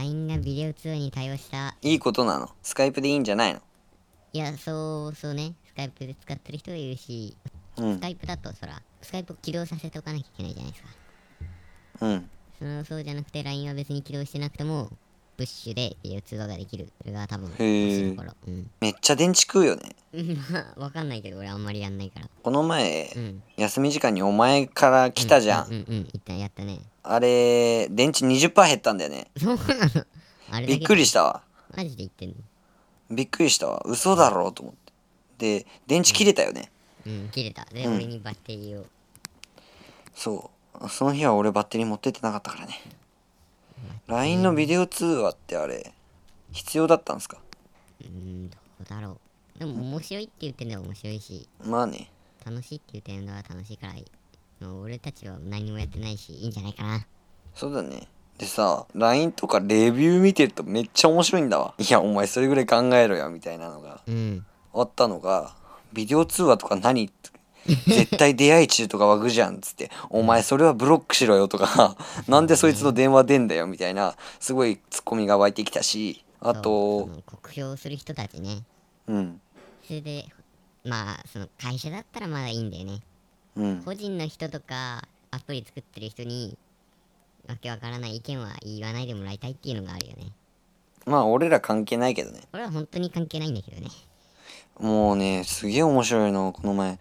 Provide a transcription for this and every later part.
LINE がビデオ通話に対応した。 いいことなの？スカイプでいいんじゃないの？ いや、そうね。スカイプで使ってる人がいるし、スカイプだとスカイプを起動させておかなきゃいけないじゃないですか。そうじゃなくて LINE は別に起動してなくても、プッシュでビデオ通話ができる。それが多分欲しいところ。 めっちゃ電池食うよね。 まあ、わかんないけど、俺あんまりやんないから。 この前、休み時間にお前から来たじゃん。 やったね。 あれ、電池 20% 減ったんだよね。 そうなの？あれだけびっくりしたわ。 マジで言ってんの？ びっくりしたわ。嘘だろうと思って。で、電池切れたよね。 切れた。で、俺にバッテリーを。 そう。その日は俺バッテリー持ってってなかったからね。LINE のビデオ通話ってあれ、必要だったんすか？ どうだろう。でも面白いって言ってんのは面白いし、 まあね。 楽しいって言ってんのは楽しいからいい。俺たちは何もやってないし、いいんじゃないかな。 そうだね。でさ、LINE とかレビュー見てるとめっちゃ面白いんだわ。いや、お前それぐらい考えろよ、みたいなのが。あったのが、ビデオ通話とか何絶対出会い中とか湧くじゃんっつって、お前それはブロックしろよとか、なんでそいつの電話出んだよみたいな、すごいツッコミが湧いてきたし、あと、 酷評する人たちね。 うん。 それで、まあ、会社だったらまだいいんだよね。個人の人とか、アプリ作ってる人に、わけわからない意見は言わないでもらいたいっていうのがあるよね。 まあ俺ら関係ないけどね。 俺は本当に関係ないんだけどね。 もうね、すげえ面白いの、この前。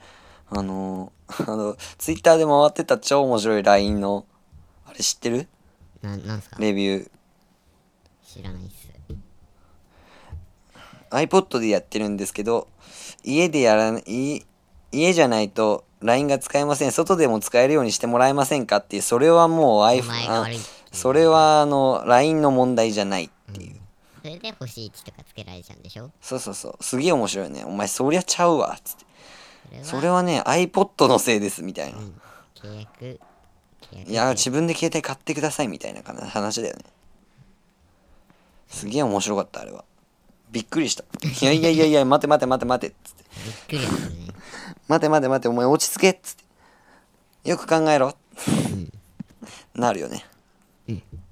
ツイッターで回ってた超面白い LINE の、あれ知ってる？ なんすか？ レビュー。 知らないっす。 iPod でやってるんですけど、家でやらない、家じゃないと LINE が使えません。外でも使えるようにしてもらえませんかっていう、それはもうお前 iPhone、 が悪い。 それはLINE の問題じゃないっていう。 それで星1とかつけられちゃうんでしょ？ そうそうそう。すげえ面白いよね。お前そりゃちゃうわ。つって。そそれはれはね、iPod のせいです。みたいな。 契約いや、自分で携帯買ってください。みたいな話だよね。すげえ面白かった、あれは。びっくりした。いやいやいやいや、待て待て待て待て。つって。 びっくりだったね。 待て待て待て、お前落ち着け。つって。よく考えろ。なるよね。